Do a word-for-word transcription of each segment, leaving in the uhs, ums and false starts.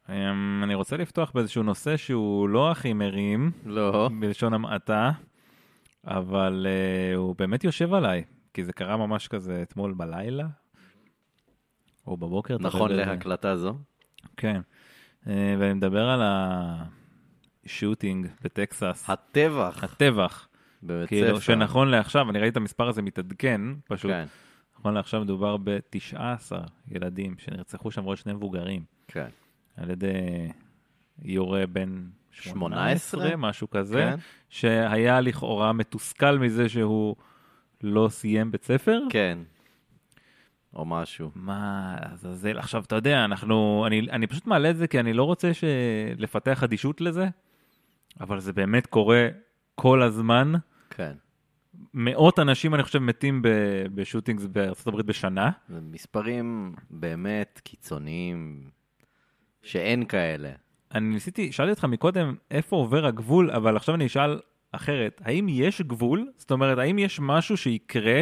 אני רוצה לפתוח באיזשהו נושא שהוא לא הכי מרים, לא. בלשון המעטה, אבל uh, הוא באמת יושב עליי, כי זה קרה ממש כזה אתמול בלילה, או בבוקר. נכון להקלטה זו. כן, uh, ואני מדבר על השוטינג בטקסס. הטבח. הטבח. בבית כאילו, ספר. שנכון לעכשיו, אני ראיתי את המספר הזה מתעדכן, פשוט. כן. נכון לעכשיו מדובר ב-תשעה עשר ילדים שנרצחו שם עוד שני מבוגרים. כן. על ידי יורה בן שמונה עשרה, משהו כזה, כן. שהיה לכאורה מתוסכל מזה שהוא לא סיים בית ספר. כן. או משהו. מה, אז זה, עכשיו אתה יודע, אנחנו, אני, אני פשוט מעלה את זה כי אני לא רוצה לפתח אדישות לזה, אבל זה באמת קורה כל הזמן. כן. מאות אנשים, אני חושב, מתים בשוטינגס בארצות הברית בשנה. זה מספרים באמת קיצוניים, שאין כאלה. אני ניסיתי, שאלתי אותך מקודם, איפה עובר הגבול, אבל עכשיו אני אשאל אחרת. האם יש גבול? זאת אומרת, האם יש משהו שיקרה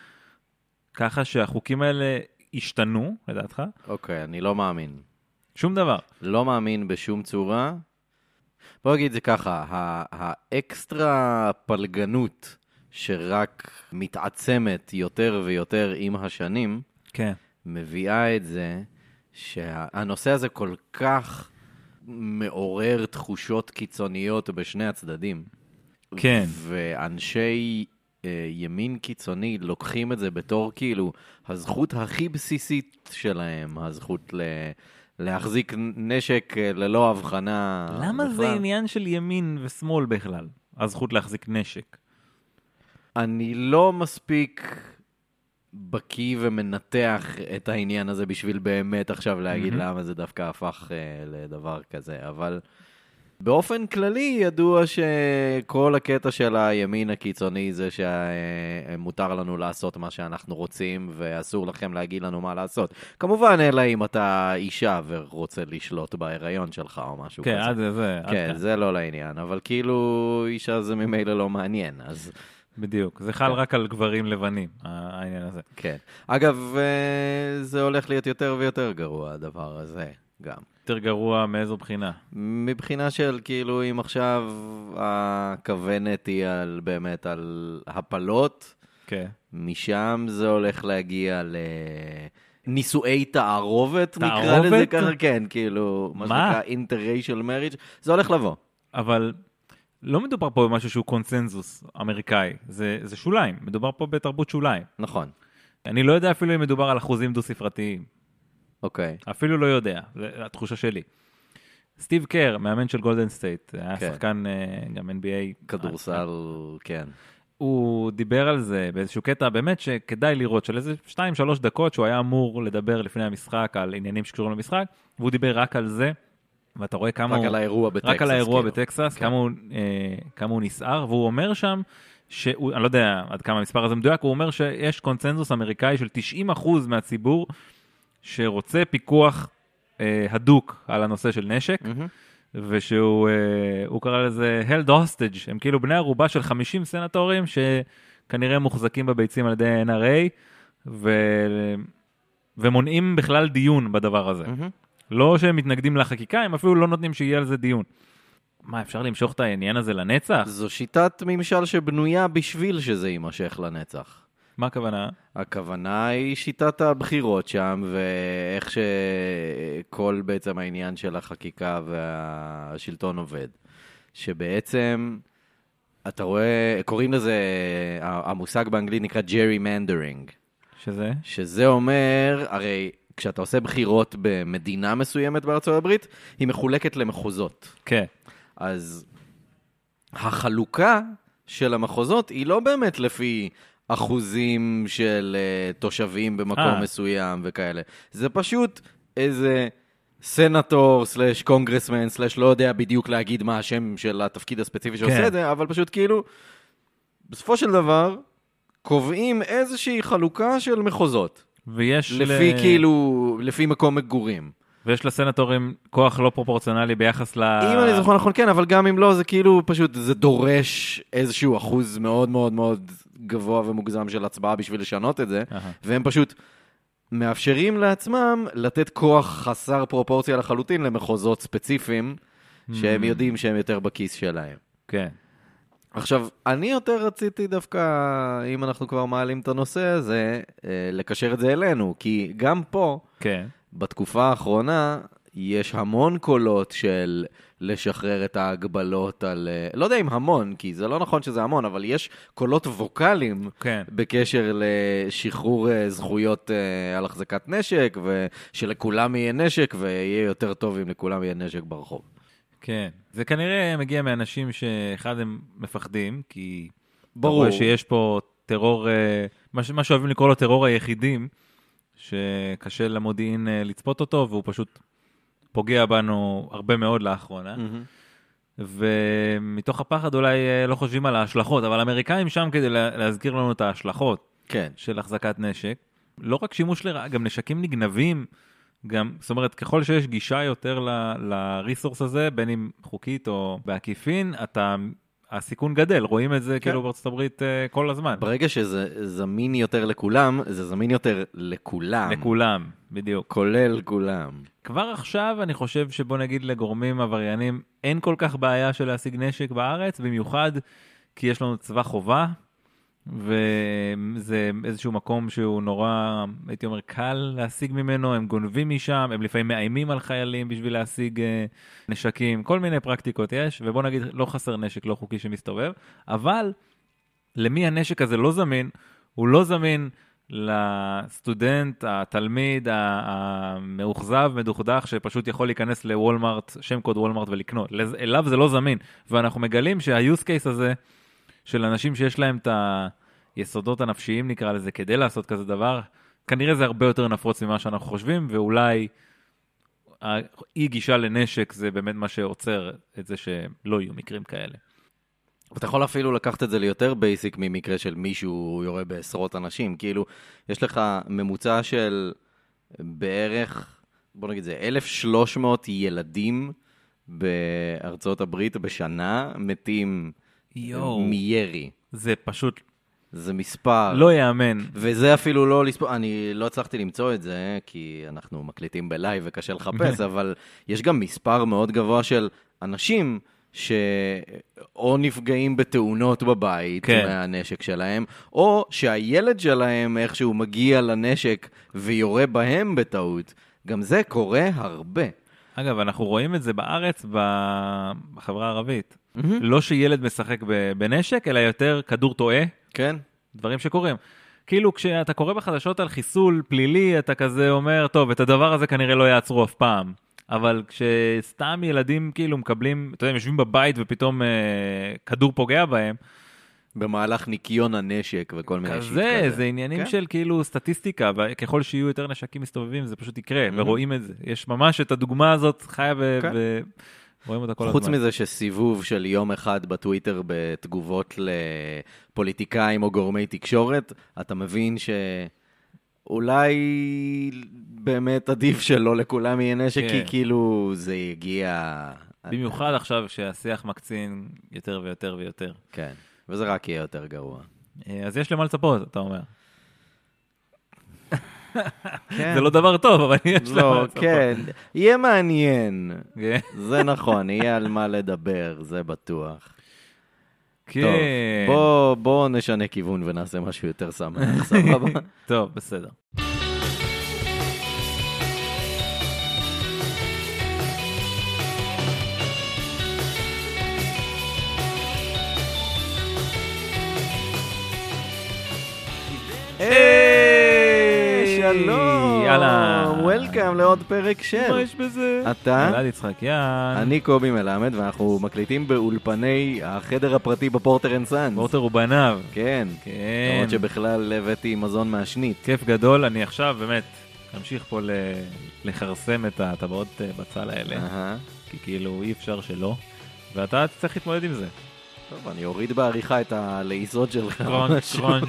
ככה שהחוקים האלה ישתנו, לדעתך? אוקיי, אני לא מאמין. שום דבר. לא מאמין בשום צורה. בוא נגיד זה ככה, האקסטרה פלגנות שרק מתעצמת יותר ויותר עם השנים, כן. מביאה את זה שהנושא הזה כל כך מעורר תחושות קיצוניות בשני הצדדים. כן. ואנשי אה, ימין קיצוני לוקחים את זה בתור כאילו הזכות הכי בסיסית שלהם, הזכות ל... להחזיק נשק ללא הבחנה. למה בכלל. זה עניין של ימין ושמאל בכלל? הזכות להחזיק נשק. אני לא מספיק בקיא ומנתח את העניין הזה בשביל באמת עכשיו להגיד mm-hmm. למה זה דווקא הפך uh, לדבר כזה, אבל באופן כללי ידוע שכל הקטע של הימין הקיצוני זה שמותר לנו לעשות מה שאנחנו רוצים ואסור לכם להגיד לנו מה לעשות. כמובן, אלא אם אתה אישה ורוצה לשלוט בהיריון שלך או משהו כן, כזה. עד זה, זה. כן, עד זה לא לעניין, אבל כאילו אישה זה ממילא לא מעניין, אז... בדיוק, זה חל רק על גברים לבנים, העניין הזה. כן. אגב, זה הולך להיות יותר ויותר גרוע, הדבר הזה גם. יותר גרוע מאיזו בחינה? מבחינה של כאילו, אם עכשיו הכוונת היא על, באמת על הפלות, כן. משם זה הולך להגיע לנישואי תערובת, נקרא תערובת? לזה ככה, כן, כאילו, מה שנקרא interracial marriage, זה הולך לבוא. אבל... לא מדובר פה במשהו שהוא קונסנזוס אמריקאי, זה, זה שוליים, מדובר פה בתרבות שוליים. נכון. אני לא יודע אפילו אם מדובר על אחוזים דו-ספרתיים. אוקיי. אפילו לא יודע, זו התחושה שלי. סטיב קר, מאמן של גולדן סטייט, היה כן. שחקן גם אן בי איי. כדורסל, כן. הוא דיבר על זה באיזשהו קטע, באמת שכדאי לראות, של איזה שתיים, שלוש דקות, שהוא היה אמור לדבר לפני המשחק על עניינים שקשורים למשחק, והוא דיבר רק על זה, ואתה רואה כמה רק הוא... על האירוע בטקסס. רק על האירוע כאילו. בטקסס, כן. כמה הוא, אה, כמה הוא נסער, והוא אומר שם, שהוא, אני לא יודע עד כמה המספר הזה מדויק, הוא אומר שיש קונצנזוס אמריקאי של תשעים אחוז מהציבור, שרוצה פיקוח אה, הדוק על הנושא של נשק, mm-hmm. ושהוא אה, הוא קרא לזה held hostage, הם כאילו בני ערובה של חמישים סנטורים, שכנראה מוחזקים בביצים על ידי אן אר איי, ו... ומונעים בכלל דיון בדבר הזה. Mm-hmm. לא שהם מתנגדים לחקיקה, הם אפילו לא נותנים שיהיה על זה דיון. מה, אפשר למשוך את העניין הזה לנצח? זו שיטת ממשל שבנויה בשביל שזה יימשך לנצח. מה הכוונה? הכוונה היא שיטת הבחירות שם, ואיך שכל בעצם העניין של החקיקה והשלטון עובד. שבעצם, אתה רואה, קוראים לזה, המושג באנגלית נקרא gerrymandering. שזה? שזה אומר, הרי... כשאתה עושה בחירות במדינה מסוימת בארצות הברית, היא מחולקת למחוזות. כן. אז החלוקה של המחוזות היא לא באמת לפי אחוזים של uh, תושבים במקום אה. מסוים וכאלה. זה פשוט איזה סנטור סלש קונגרסמן סלש לא יודע בדיוק להגיד מה השם של התפקיד הספציפי שעושה כן. את זה, אבל פשוט כאילו, בסופו של דבר, קובעים איזושהי חלוקה של מחוזות. ויש לפי ל... כאילו, לפי מקום מגורים. ויש לסנטורים כוח לא פרופורציונלי ביחס ל... אם אני זוכר נכון, כן, אבל גם אם לא, זה כאילו פשוט, זה דורש איזשהו אחוז מאוד מאוד מאוד גבוה ומוגזם של הצבעה בשביל לשנות את זה, והם פשוט מאפשרים לעצמם לתת כוח חסר פרופורציה לחלוטין למחוזות ספציפיים, שהם יודעים שהם יותר בכיס שלהם. כן. עכשיו, אני יותר רציתי דווקא, אם אנחנו כבר מעלים את הנושא הזה, לקשר את זה אלינו, כי גם פה, כן. בתקופה האחרונה, יש המון קולות של לשחרר את ההגבלות על... לא יודע אם המון, כי זה לא נכון שזה המון, אבל יש קולות ווקליים כן. בקשר לשחרור זכויות על החזקת נשק, ושלכולם יהיה נשק, ויהיה יותר טוב אם לכולם יהיה נשק ברחוב. כן. זה כנראה מגיע מאנשים שאחד הם מפחדים, כי... ברור. אתה רואה שיש פה טרור, מה, מה שאוהבים לקרוא לו טרור היחידים, שקשה למודיעין לצפות אותו, והוא פשוט פוגע בנו הרבה מאוד לאחרונה. Mm-hmm. ומתוך הפחד אולי לא חושבים על ההשלכות, אבל האמריקאים שם כדי להזכיר לנו את ההשלכות כן. של החזקת נשק. לא רק שימוש לרעה, גם נשקים נגנבים, גם, זאת אומרת, ככל שיש גישה יותר לריסורס הזה, בין אם חוקית או בעקיפין, אתה... הסיכון גדל, רואים את זה כן. כאילו בארצות הברית uh, כל הזמן. ברגע שזה זמין יותר לכולם, זה זמין יותר לכולם. לכולם, בדיוק. כולל כולם. כבר עכשיו אני חושב שבוא נגיד לגורמים עבריינים, אין כל כך בעיה של להשיג נשק בארץ, במיוחד כי יש לנו צבא חובה, וזה איזשהו מקום שהוא נורא, הייתי אומר, קל להשיג ממנו, הם גונבים משם, הם לפעמים מאיימים על חיילים בשביל להשיג uh, נשקים, כל מיני פרקטיקות יש, ובוא נגיד, לא חסר נשק לא חוקי שמסתובב, אבל למי הנשק הזה לא זמין, הוא לא זמין לסטודנט, התלמיד, המאוכזב, מדוכדך, שפשוט יכול להיכנס לוולמרט, שם קוד וולמרט ולקנות, אליו זה לא זמין, ואנחנו מגלים שה-use case הזה, של אנשים שיש להם את היסודות הנפשיים, נקרא לזה, כדי לעשות כזה דבר, כנראה זה הרבה יותר נפוץ ממה שאנחנו חושבים, ואולי אי גישה לנשק זה באמת מה שעוצר את זה שלא יהיו מקרים כאלה. אתה יכול אפילו לקחת את זה ליותר בייסיק ממקרה של מישהו יורה בעשרות אנשים, כאילו יש לך ממוצע של בערך, בוא נגיד זה, אלף ושלוש מאות ילדים בארצות הברית בשנה מתים יו. מירי. זה פשוט... זה מספר. לא יאמן. וזה אפילו לא לספור, אני לא הצלחתי למצוא את זה, כי אנחנו מקליטים בלייב וקשה לחפש, אבל יש גם מספר מאוד גבוה של אנשים שאו נפגעים בתאונות בבית כן. מהנשק שלהם, או שהילד שלהם איכשהו מגיע לנשק ויורה בהם בטעות. גם זה קורה הרבה. אגב, אנחנו רואים את זה בארץ, בחברה הערבית. Mm-hmm. לא שילד משחק בנשק, אלא יותר כדור טועה. כן. דברים שקורים. כאילו כשאתה קורא בחדשות על חיסול פלילי, אתה כזה אומר, טוב, את הדבר הזה כנראה לא יעצרו אף פעם. אבל כשסתם ילדים כאילו מקבלים, אתה יודע, הם יושבים בבית ופתאום אה, כדור פוגע בהם. במהלך ניקיון הנשק וכל מיני שיט כזה. כזה. זה עניינים כן? של כאילו סטטיסטיקה, וככל שיהיו יותר נשקים מסתובבים, זה פשוט יקרה, mm-hmm. ורואים את זה. יש ממש את הדוגמה הזאת חיה ו... כן. ו... רואים אותה כל חוץ הזמן. מזה שסיבוב של יום אחד בטוויטר בתגובות לפוליטיקאים או גורמי תקשורת, אתה מבין שאולי באמת עדיף שלא לכולם יהיה נשק, כן. כי כאילו זה יגיע... במיוחד עכשיו שהשיח מקצין יותר ויותר ויותר. כן, וזה רק יהיה יותר גרוע. אז יש למה לצפות, אתה אומר. זה לא דבר טוב, אבל יש למה לצפות. כן, יהיה מעניין. זה נכון, יהיה על מה לדבר, זה בטוח. טוב, בואו נשנה כיוון ונעשה משהו יותר שמח, סבבה? טוב, בסדר. שלום, וולקאם לעוד פרק של. מה יש בזה? אתה? אלעד יצחקיאן. אני קובי מלמד, ואנחנו מקליטים באולפני החדר הפרטי בפורטר אנד סאנס. פורטר ובניו. כן. כן. למרות שבכלל הבאתי מזון מהשנית. כיף גדול, אני עכשיו באמת אמשיך פה לחרסם את הטבעות בצל האלה. כי כאילו אי אפשר שלא. ואתה צריך להתמודד עם זה. טוב, אני אוריד בעריכה את הלעיסות שלך. קרונץ', קרונץ'.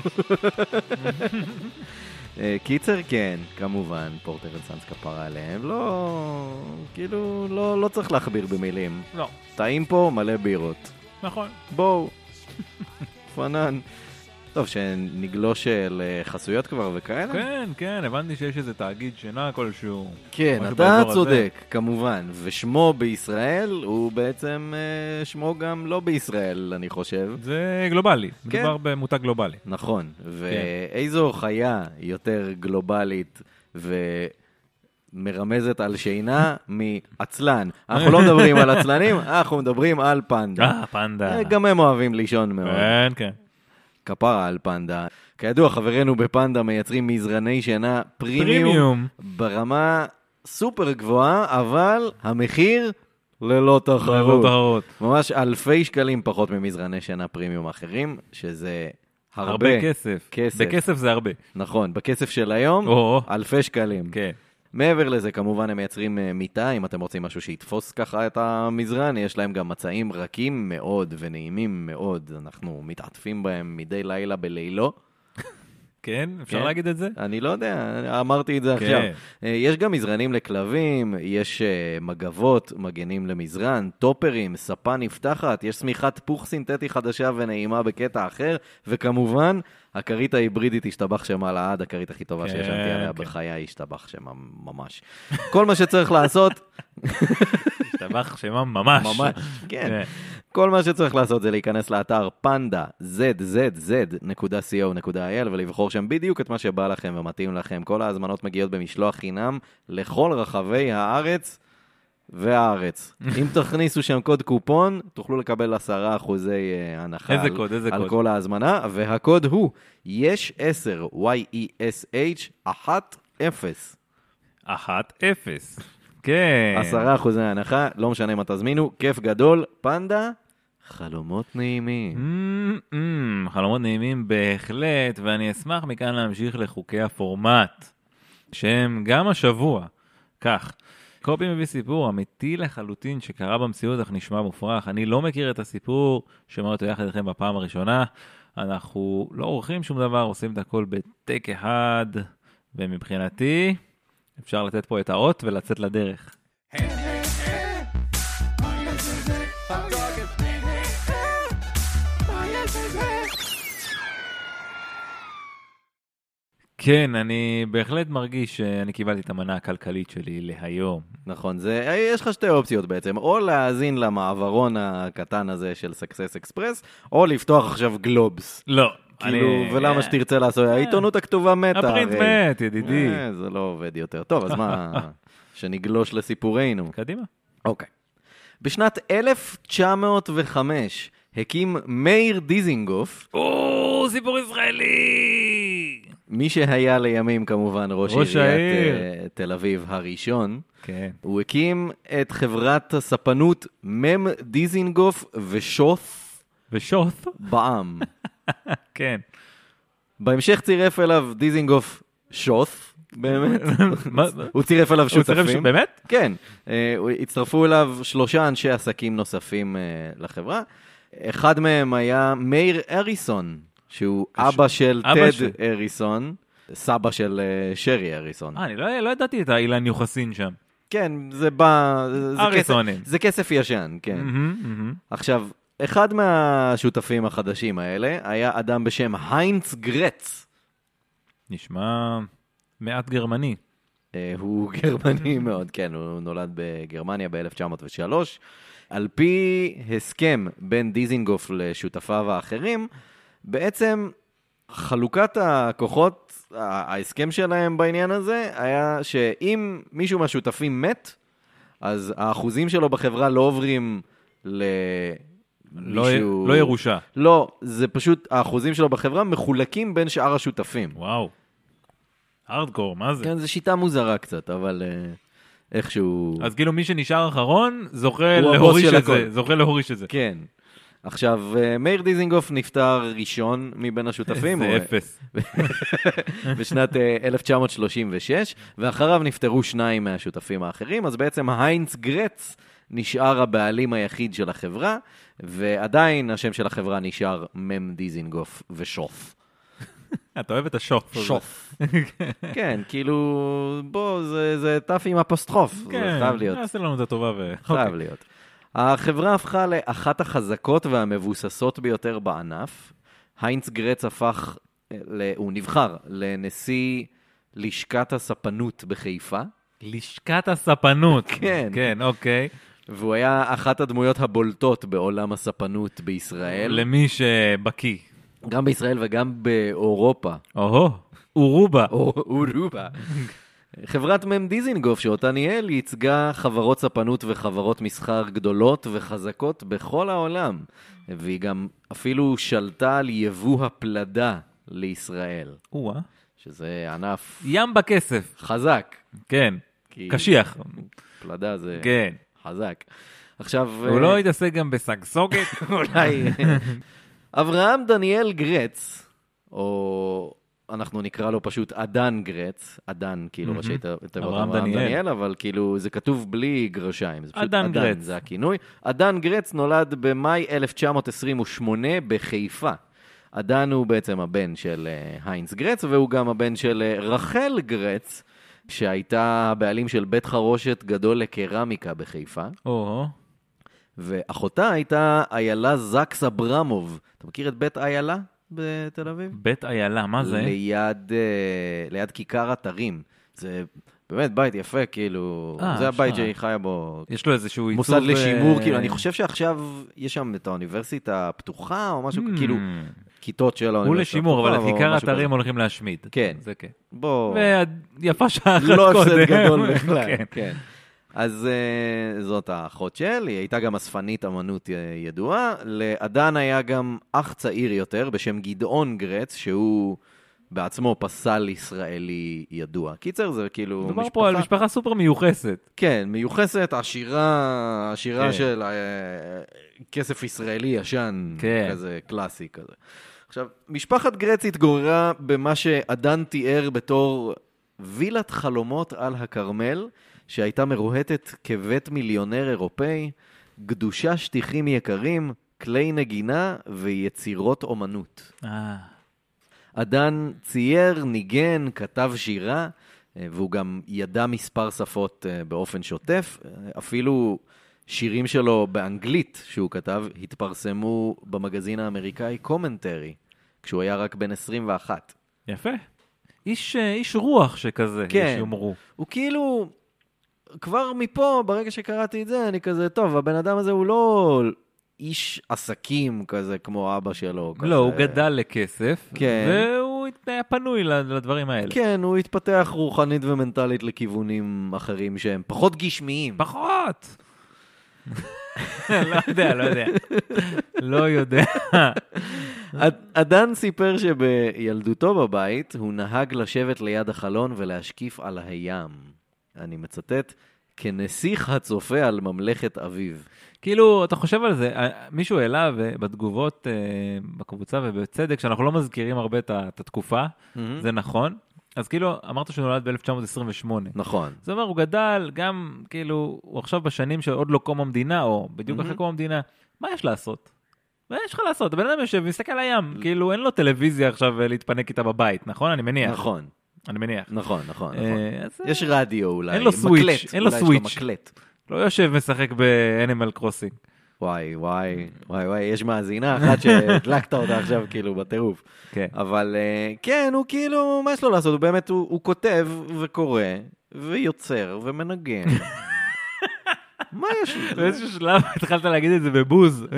קיצר כן, כמובן, פורטר אנד סאנס כפרה עליהם, לא, כאילו, לא, לא צריך להכביר במילים. לא. טעים פה מלא בירות. נכון. בואו. פנן. טוב, שנגלוש לחסויות כבר וכאלה? כן, כן, הבנתי שיש איזה תאגיד שינה כלשהו. כן, אתה צודק, כמובן. ושמו בישראל הוא בעצם שמו גם לא בישראל, אני חושב. זה גלובלי, מדובר במותג גלובלי. נכון, ואיזו חיה יותר גלובלית ומרמזת על שינה מעצלן. אנחנו לא מדברים על עצלנים, אנחנו מדברים על פנדה. אה, פנדה. גם הם אוהבים לישון מאוד. כן, כן. כפרה על פנדה. כידוע, חברינו בפנדה מייצרים מזרני שינה פרימיום, פרימיום. ברמה סופר גבוהה, אבל המחיר ללא תחרות. ללא תחרות. ממש אלפי שקלים פחות ממזרני שינה פרימיום אחרים, שזה הרבה, הרבה כסף. כסף. בכסף זה הרבה. נכון, בכסף של היום, או. אלפי שקלים. כן. מעבר לזה, כמובן, הם מייצרים מיטה, אם אתם רוצים משהו שיתפוס ככה את המזרן, יש להם גם מצעים רכים מאוד ונעימים מאוד, אנחנו מתעטפים בהם מדי לילה בלילו. כן? אפשר להגיד את זה? אני לא יודע, אמרתי את זה עכשיו. יש גם מזרנים לכלבים, יש מגבות, מגנים למזרן, טופרים, ספה נפתחת, יש סמיכת פוך סינתטי חדשה ונעימה בקטע אחר, וכמובן, הכרית ההיברידית השתבח שמה לעד, הכרית הכי טובה שישנתי עליה בחיי, השתבח שמה ממש. כל מה שצריך לעשות... השתבח שמה ממש. ממש, כן. כל מה שצריך לעשות זה להיכנס לאתר פנדה זד זד זד נקודה סי או נקודה איי אל ולבחור שם בדיוק את מה שבא לכם ומתאים לכם. כל ההזמנות מגיעות במשלוח חינם לכל רחבי הארץ והארץ. אם תכניסו שם קוד קופון, תוכלו לקבל עשרה אחוזי הנחה איזה קוד, איזה על קוד? כל ההזמנה, והקוד הוא יש עשר, וואי אי אס אייץ' אחת אפס. אחת אפס. כן. עשרה אחוזי הנחה, לא משנה מה תזמינו, כיף גדול, פנדה, חלומות נעימים. Mm, mm, חלומות נעימים בהחלט, ואני אשמח מכאן להמשיך לחוקי הפורמט, שהם גם השבוע. כך, קופי מביא סיפור אמיתי לחלוטין שקרה במציאות, אך נשמע מופרך. אני לא מכיר את הסיפור, שמע אותו יחד לכם בפעם הראשונה. אנחנו לא עורכים שום דבר, עושים את הכל בטק אחד, ומבחינתי אפשר לתת פה את האות ולצאת לדרך. כן, אני בהחלט מרגיש שאני קיבלתי את המנה הכלכלית שלי להיום. נכון, זה, יש לך שתי אופציות בעצם, או להאזין למעברון הקטן הזה של סקסס אקספרס, או לפתוח עכשיו גלובס. לא. כאילו, ולמה שתרצה לעשות? העיתונות הכתובה מתה. הפרינט מת, ידידי. זה לא עובד יותר. טוב, אז מה, שנגלוש לסיפורנו. קדימה. אוקיי. בשנת אלף תשע מאות וחמש הקים מאיר דיזינגוף. או, סיפור ישראלי! מי שהיה לימים כמובן ראש, ראש עיריית uh, תל אביב הראשון. כן. הוא הקים את חברת הספנות מם דיזינגוף ושוס. ושוס? בעם. כן. בהמשך צירף אליו דיזינגוף שוס. באמת? הוא צירף אליו שותפים. באמת? כן. הצטרפו אליו שלושה אנשי עסקים נוספים לחברה. אחד מהם היה מאיר אריסון, שהוא אבא של טד אריסון, סבא של שרי אריסון. אה, אני לא ידעתי את האילן יוחסין שם. כן, זה בא... אריסונים. זה כסף ישן, כן. עכשיו, אחד מהשותפים החדשים האלה היה אדם בשם היינץ גרץ. נשמע מעט גרמני. הוא גרמני מאוד, כן, הוא נולד בגרמניה ב-אלף תשע מאות ושלוש. על פי הסכם בין דיזינגוף לשותפיו האחרים, בעצם חלוקת הכוחות, ההסכם שלהם בעניין הזה, היה שאם מישהו מהשותפים מת, אז האחוזים שלו בחברה לא עוברים למישהו... לא ירושה. לא, זה פשוט, האחוזים שלו בחברה מחולקים בין שאר השותפים. וואו. הארדקור, מה זה? כן, זו שיטה מוזרה קצת, אבל איכשהו... אז כאילו מי שנשאר אחרון, זוכה להוריש את זה. זוכה להוריש את זה. כן. עכשיו, מאיר דיזינגוף נפטר ראשון מבין השותפים. זה אפס. בשנת אלף תשע מאות שלושים ושש, ואחריו נפטרו שניים מהשותפים האחרים, אז בעצם היינץ גרץ נשאר הבעלים היחיד של החברה, ועדיין השם של החברה נשאר מם דיזינגוף ושוף. אתה אוהב את השוף. שוף. כן, כאילו, בוא, זה טף עם אפוסטרוף. זה חייב להיות. נעשה לנו את הטובה ו... חייב להיות. החברה הפכה לאחת החזקות והמבוססות ביותר בענף, היינץ גרץ הפך, הוא נבחר לנשיא לשכת הספנות בחיפה. לשכת הספנות. כן. כן, אוקיי. והוא היה אחת הדמויות הבולטות בעולם הספנות בישראל. למי שבקי. גם בישראל וגם באירופה. או-הו, אורובה. אורובה. חברת מם דיזינגוף שאותה ניהל ייצגה חברות ספנות וחברות מסחר גדולות וחזקות בכל העולם. והיא גם אפילו שלטה על יבוא הפלדה לישראל. או-אה. שזה ענף... ים בכסף. חזק. כן, כי... קשיח. פלדה זה כן. חזק. עכשיו... הוא לא יתעסק גם בסגסוגת? אולי... אברהם דניאל גרץ, או אנחנו נקרא לו פשוט אדן גרץ, אדן, כאילו ראשי תיבות אברהם דניאל, אבל כאילו זה כתוב בלי גרשיים, זה פשוט אדן גרץ. זה הכינוי. אדן גרץ נולד במאי אלף תשע מאות עשרים ושמונה בחיפה. אדן הוא בעצם הבן של היינץ גרץ, והוא גם הבן של רחל גרץ, שהייתה הבעלים של בית חרושת גדול לקרמיקה בחיפה. או-הו. ואחותה הייתה איילה זקס אברמוב. אתה מכיר את בית איילה בתל אביב? בית איילה, מה זה? ליד, ליד כיכר אתרים. זה באמת בית יפה, כאילו, 아, זה הבית שמה. שהיא חיה בו. יש לו איזשהו עיצוב... מוסד לשימור, כאילו, אני חושב שעכשיו יש שם את האוניברסיטה הפתוחה, או משהו, Hmm. כאילו, כיתות של האוניברסיטה. הוא לשימור, אבל את כיכר משהו האתרים כזה. הולכים להשמיד. כן. זה כן. בוא... ויפה שעה אחת קודם. לא הפסד גדול בכלל. כן. כן. אז uh, זאת האחות של, היא הייתה גם אספנית אמנות ידועה. לאדן היה גם אח צעיר יותר בשם גדעון גרץ, שהוא בעצמו פסל ישראלי ידוע. קיצר זה כאילו מדובר משפחה... פה על משפחה סופר מיוחסת. כן, מיוחסת, עשירה, עשירה כן. של uh, כסף ישראלי ישן, כן. כזה קלאסי כזה. עכשיו, משפחת גרץ התגוררה במה שאדן תיאר בתור וילת חלומות על הכרמל, שהייתה מרוהטת כבית מיליונר אירופאי, גדושה שטיחים יקרים, כלי נגינה ויצירות אומנות. אה. אדן צייר, ניגן, כתב שירה, והוא גם ידע מספר שפות באופן שוטף. אפילו שירים שלו באנגלית שהוא כתב התפרסמו במגזין האמריקאי קומנטרי, כשהוא היה רק בן עשרים ואחת. יפה. איש, איש רוח שכזה, כן. יש יאמרו. הוא כאילו... כבר מפה, ברגע שקראתי את זה, אני כזה, טוב, הבן אדם הזה הוא לא איש עסקים כזה, כמו אבא שלו. כזה. לא, הוא גדל לכסף, כן. והוא היה פנוי לדברים האלה. כן, הוא התפתח רוחנית ומנטלית לכיוונים אחרים שהם פחות גשמיים. פחות! לא יודע, לא יודע. לא יודע. אדן סיפר שבילדותו בבית, הוא נהג לשבת ליד החלון ולהשקיף על הים. אני מצטט, כנסיך הצופה על ממלכת אביו. כאילו, אתה חושב על זה, מישהו העלה בתגובות בקבוצה ובצדק, שאנחנו לא מזכירים הרבה את התקופה, זה נכון. אז כאילו, אמרת שהוא נולד ב-אלף תשע מאות עשרים ושמונה. נכון. זאת אומרת, הוא גדל גם, כאילו, הוא עכשיו בשנים שעוד לא קום המדינה, או בדיוק אחרי קום המדינה, מה יש לעשות? מה יש לך לעשות? הבן אדם יושב ומסתכל על הים, כאילו, אין לו טלוויזיה עכשיו להתפנק איתה בבית, נכון? אני מניח. נכון. אני מניח. נכון, נכון, נכון. אז יש רדיו אולי. אין לו סוויץ', אין לו סוויץ'. אולי יש לו מקלט. לא יושב משחק באנימל קרוסינג. וואי, וואי, וואי, וואי, יש מאזינה אחת שהדלקת אותה עכשיו כאילו בטירוף. כן. אבל כן, הוא כאילו, מה יש לו לעשות? הוא באמת, הוא, הוא כותב וקורא ויוצר ומנגן. מה יש לו? באיזשהו שלב התחלת להגיד את זה בבוז.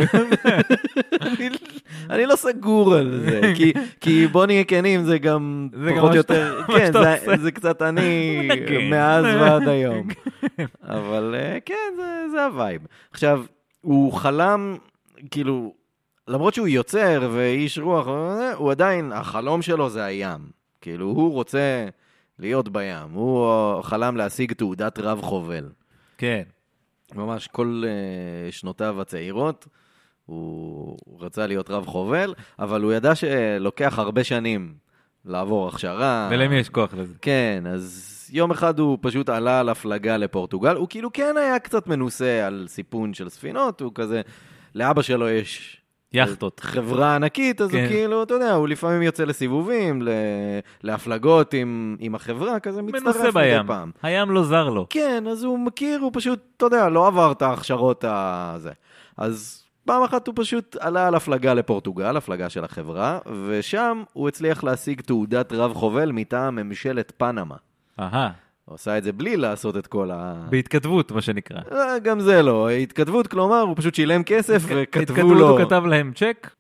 אני לא סגור על זה, כי, כי בוא נהיה כנים, זה גם זה פחות גם יותר, מה כן, שאתה זה, עושה. זה קצת אני מנגן. מאז ועד היום. אבל כן, זה, זה הווייב. עכשיו, הוא חלם, כאילו, למרות שהוא יוצר ואיש רוח, הוא עדיין, החלום שלו זה הים. כאילו, הוא רוצה להיות בים. הוא חלם להשיג תעודת רב חובל. כן. ממש כל uh, שנותיו הצעירות, הוא רצה להיות רב חובל, אבל הוא ידע שלוקח הרבה שנים לעבור הכשרה. ולמי יש כוח לזה? כן, אז יום אחד הוא פשוט עלה על הפלגה לפורטוגל, הוא כאילו כן היה קצת מנוסה על סיפון של ספינות, הוא כזה, לאבא שלו יש... יחטות. חברה ענקית, אז כן. הוא כאילו, אתה יודע, הוא לפעמים יוצא לסיבובים, להפלגות עם, עם החברה, כזה מצטרף מנוסה בים. פעם. הים לא זר לו. כן, אז הוא מכיר, הוא פשוט, אתה יודע, לא עבר את ההכשרות הזה. אז פעם אחת הוא פשוט עלה על הפלגה לפורטוגל, הפלגה של החברה, ושם הוא הצליח להשיג תעודת רב חובל מטעם ממשלת פנמה. אהה. הוא עשה את זה בלי לעשות את כל ה... בהתכתבות, מה שנקרא. גם זה לא. התכתבות, כלומר, הוא פשוט שילם כסף וכתבו התכתבות, לו... הוא כתב להם צ'ק,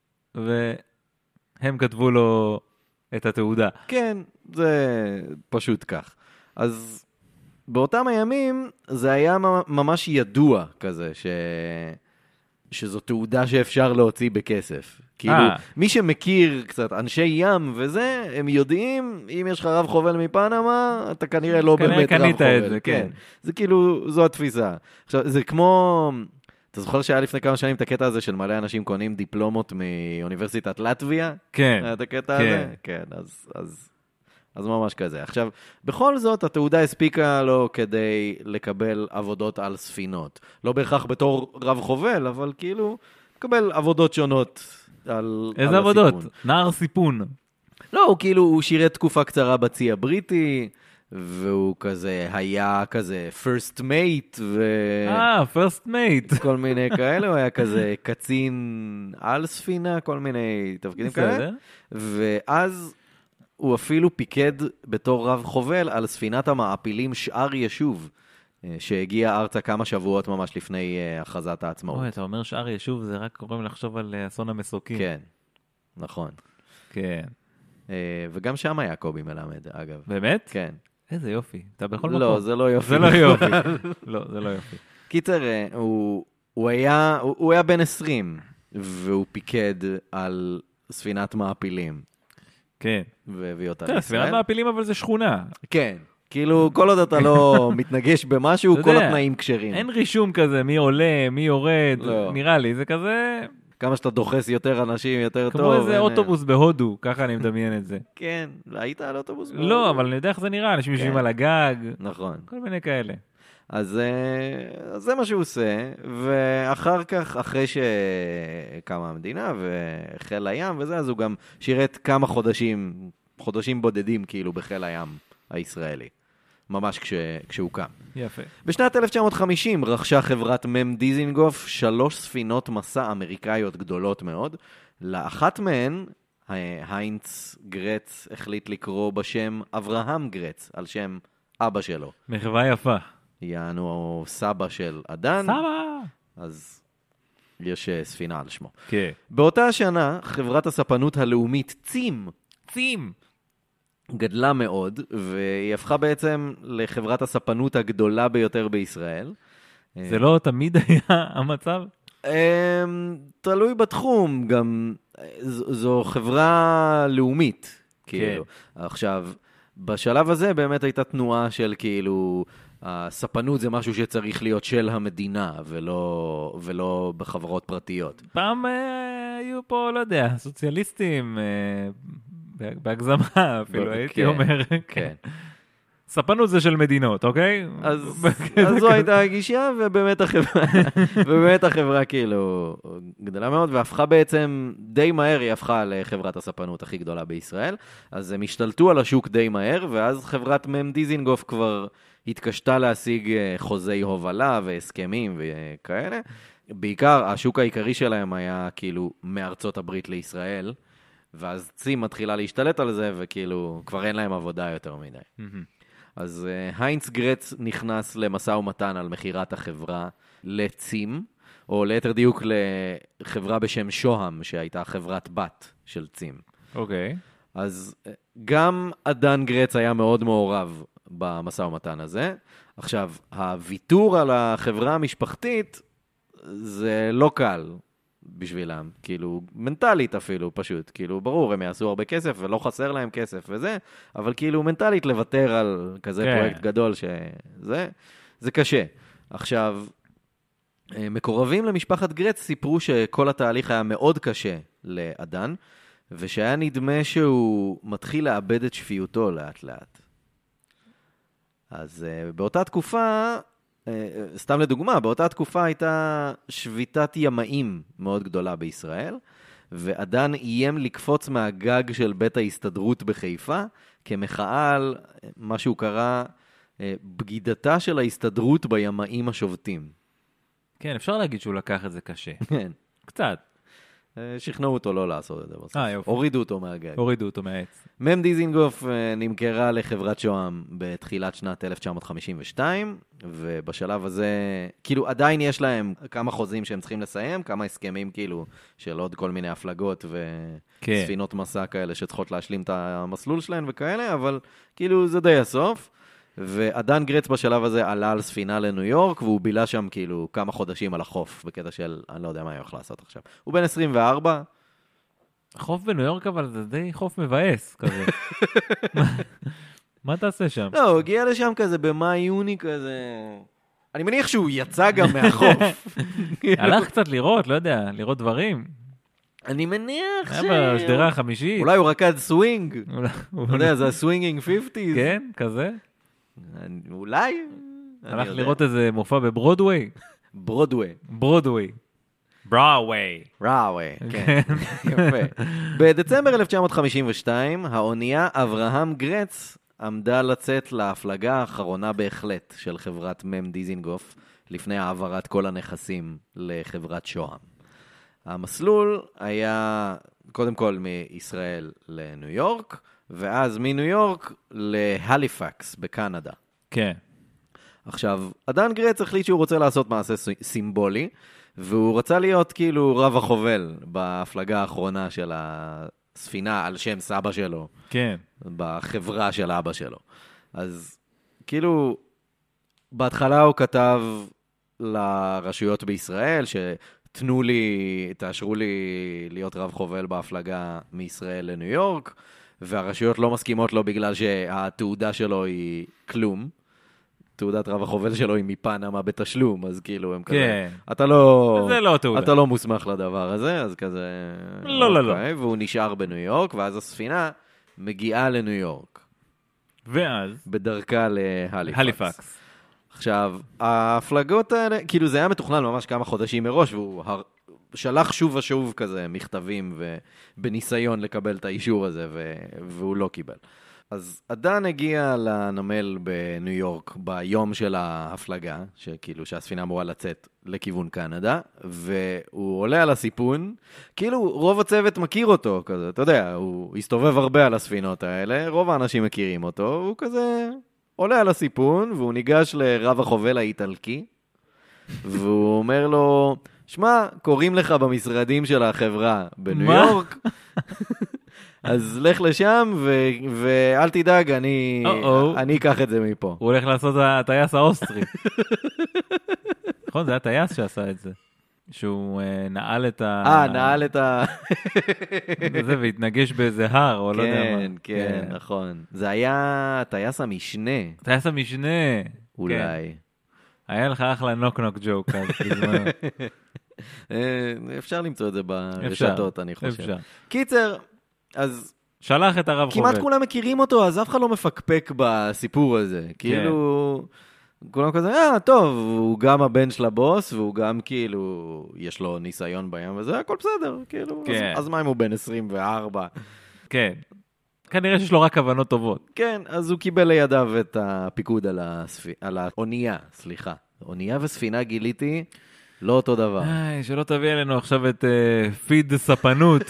והם כתבו לו את התעודה. כן, זה פשוט כך. אז באותם הימים זה היה ממש ידוע כזה, ש... שזו תעודה שאפשר להוציא בכסף. כאילו, מי שמכיר קצת אנשי ים וזה, הם יודעים, אם יש לך רב חובל מפנמה, אתה כנראה לא באמת רב חובל. זה, כן. זה כאילו, זו התפיסה. עכשיו, זה כמו... אתה זוכר שהיה לפני כמה שנים את הקטע הזה של מלא אנשים קונים דיפלומות מאוניברסיטת לטביה? כן. את הקטע הזה? כן, אז, אז, אז ממש כזה. עכשיו, בכל זאת, התעודה הספיקה לו כדי לקבל עבודות על ספינות. לא בהכרח בתור רב חובל, אבל כאילו, לקבל עבודות שונות על, איזה על עבודות? הסיפון. נער סיפון. לא, הוא כאילו, הוא שירת תקופה קצרה בצי הבריטי, והוא כזה, היה כזה first mate, ו... אה, first mate. כל מיני כאלה, הוא היה כזה קצין על ספינה, כל מיני תפקידים כאלה. ואז הוא אפילו פיקד בתור רב חובל על ספינת המעפילים שאר ישוב, שהגיע ארצה כמה שבועות ממש לפני הכרזת העצמאות. אוי, אתה אומר שאר ישוב, זה רק קוראים לחשוב על אסון המסוקים. כן, נכון. כן. וגם שם היה קובי מלמד, אגב. באמת? כן. איזה יופי. אתה בכל מקום. לא, זה לא יופי. זה לא יופי. לא, זה לא יופי. קיצר, הוא, הוא היה, הוא, הוא היה בן עשרים, והוא פיקד על ספינת מעפילים. כן. והביא אותה לישראל. ספינת מעפילים, אבל זה שכונה. כן. כאילו, כל עוד אתה לא מתנגש במשהו, כל התנאים כשרים. אין רישום כזה, מי עולה, מי יורד, נראה לי, זה כזה... כמה שאתה דוחס יותר אנשים, יותר טוב. כמו איזה אוטובוס בהודו, ככה אני מדמיין את זה. כן, היית על אוטובוס בהודו? לא, אבל אני יודע איך זה נראה, אנשים יושבים על הגג. נכון. כל מיני כאלה. אז זה מה שהוא עושה, ואחר כך, אחרי שקמה המדינה וחיל הים וזה, אז הוא גם שירת כמה חודשים, חודשים בודדים כאילו בחיל הים הישראלי. ממש כש, כשהוא קם. יפה. בשנת אלף תשע מאות וחמישים רכשה חברת מם דיזינגוף שלוש ספינות מסע אמריקאיות גדולות מאוד. לאחת מהן, היינץ גרץ החליט לקרוא בשם אברהם גרץ, על שם אבא שלו. מחווה יפה. יענו סבא של אדן. סבא! אז יש ספינה על שמו. כן. באותה השנה, חברת הספנות הלאומית צים. צים! גדלה מאוד, והיא הפכה בעצם לחברת הספנות הגדולה ביותר בישראל. זה לא תמיד היה המצב? תלוי בתחום, גם זו חברה לאומית, כאילו. עכשיו, בשלב הזה באמת הייתה תנועה של כאילו, הספנות זה משהו שצריך להיות של המדינה, ולא, ולא בחברות פרטיות. פעם היו פה, לא יודע, סוציאליסטים... בהגזמה אפילו, הייתי אומר. כן. ספנות זה של מדינות, אוקיי? אז זו הייתה הגישה, ובאמת החברה, ובאמת החברה כאילו גדלה מאוד, והפכה בעצם די מהר, היא הפכה לחברת הספנות הכי גדולה בישראל, אז הם השתלטו על השוק די מהר, ואז חברת מם דיזינגוף כבר התקשתה להשיג חוזי הובלה והסכמים וכאלה. בעיקר, השוק העיקרי שלהם היה כאילו מארצות הברית לישראל, ואז צים מתחילה להשתלט על זה, וכאילו כבר אין להם עבודה יותר מדי. אז uh, היינץ גרץ נכנס למשא ומתן על מחירת החברה לצים, או ליתר דיוק לחברה בשם שוהם, שהייתה חברת בת של צים. אוקיי. Okay. אז uh, גם אדן גרץ היה מאוד מעורב במשא ומתן הזה. עכשיו, הוויתור על החברה המשפחתית זה לא קל. בשבילם, כאילו, מנטלית אפילו, פשוט, כאילו, ברור, הם יעשו הרבה כסף, ולא חסר להם כסף וזה, אבל כאילו, מנטלית לוותר על כזה כן. פרויקט גדול שזה, זה קשה. עכשיו, מקורבים למשפחת גרץ סיפרו שכל התהליך היה מאוד קשה לאדן, ושהיה נדמה שהוא מתחיל לאבד את שפיותו לאט לאט. אז באותה תקופה, סתם לדוגמה, באותה תקופה הייתה שביתת ימאים מאוד גדולה בישראל, ואדן איים לקפוץ מהגג של בית ההסתדרות בחיפה, כמחאה על מה שהוא קרא בגידתה של ההסתדרות בימאים השובטים. כן, אפשר להגיד שהוא לקח את זה קשה. כן. קצת. שכנעו אותו לא לעשות את זה בסוף. אה, יופי. הורידו אותו מהגג. הורידו אותו מהעץ. מם דיזינגוף נמכרה לחברת שוהם בתחילת שנת אלף תשע מאות חמישים ושתיים, ובשלב הזה, כאילו עדיין יש להם כמה חוזים שהם צריכים לסיים, כמה הסכמים כאילו של עוד כל מיני הפלגות וספינות מסע כאלה שצריכות להשלים את המסלול שלהם וכאלה, אבל כאילו זה די הסוף. ואדן גרץ בשלב הזה עלה על ספינה לניו יורק, והוא בילה שם כאילו כמה חודשים על החוף, בקטע של, אני לא יודע מה הוא הולך לעשות עכשיו. הוא בן עשרים וארבע. חוף בניו יורק, אבל זה די חוף מבאס כזה. מה תעשה שם? לא, הוא הגיע לשם כזה במאי-יוני כזה. אני מניח שהוא יצא גם מהחוף. הלך קצת לראות, לא יודע, לראות דברים. אני מניח ש... היה בשדרה החמישית. אולי הוא רקד סווינג. אתה יודע, זה הסווינגינג חמישים. כן, כזה. אולי. הלך לראות איזה מופע בברודווי. ברודווי. ברודווי. בראווי. בראווי, כן. יפה. בדצמבר אלף תשע מאות חמישים ושתיים, האונייה אברהם גרץ עמדה לצאת להפלגה האחרונה בהחלט של חברת מם דיזינגוף, לפני העברת כל הנכסים לחברת שוהם. המסלול היה קודם כל מישראל לניו יורק, ואז מניו יורק להליפקס בקנדה. כן. עכשיו, אדן גרץ החליט שהוא רוצה לעשות מעשה סימבולי, והוא רצה להיות כאילו רב החובל בהפלגה האחרונה של הספינה על שם סבא שלו. כן. בחברה של אבא שלו. אז כאילו, בהתחלה הוא כתב לרשויות בישראל, שתנו לי, תאשרו לי להיות רב חובל בהפלגה מישראל לניו יורק, והרשויות לא מסכימות לו בגלל שהתעודה שלו היא כלום. תעודת רב החובל שלו היא מפנמה בתשלום, אז כאילו הם כזה, אתה לא, זה לא תעודה. אתה לא מוסמך לדבר הזה, אז כזה, לא, לא, לא. והוא נשאר בניו יורק, ואז הספינה מגיעה לניו יורק. ואז? בדרכה להליפקס. הליפקס. עכשיו, ההפלגות האלה, כאילו זה היה מתוכנן ממש כמה חודשים מראש, והוא הר... שלח שוב ושוב כזה מכתבים ובניסיון לקבל את האישור הזה, ו... והוא לא קיבל. אז אדן הגיע לנמל בניו יורק ביום של ההפלגה, שכאילו שהספינה אמורה לצאת לכיוון קנדה, והוא עולה על הסיפון, כאילו רוב הצוות מכיר אותו, כזה, אתה יודע, הוא הסתובב הרבה על הספינות האלה, רוב האנשים מכירים אותו, הוא כזה עולה על הסיפון, והוא ניגש לרב החובל האיטלקי, והוא אומר לו, שמע, קוראים לך במשרדים של החברה בניו יורק, אז לך לשם, ו- ואל תדאג, אני, אני אקח את זה מפה. הוא הולך לעשות את הטייס האוסטרי. נכון, זה היה טייס שעשה את זה. שהוא uh, נעל את ה... אה, נעל את ה... זה, והתנגש באיזה הר, או לא יודע מה. כן, כן, נכון. זה היה טייס המשנה. טייס המשנה. אולי. היה לך אחלה נוק נוק ג'וק אז בזמן. אפשר למצוא את זה ברשתות, אני חושב. אפשר. קיצר, אז... שלח את הרב חובל. כמעט כולם מכירים אותו, אז אף אחד לא מפקפק בסיפור הזה. כאילו, כולם כזה, אה, טוב, הוא גם הבן של הבוס, והוא גם כאילו, יש לו ניסיון בים, וזה הכל בסדר, כאילו. אז מה אם הוא בן עשרים וארבע? כן. כנראה שיש לו רק כוונות טובות. כן, אז הוא קיבל לידיו את הפיקוד על, הספ... על האונייה, סליחה. אונייה וספינה גיליתי, לא אותו דבר. איי, שלא תביא אלינו עכשיו את uh, פיד ספנות.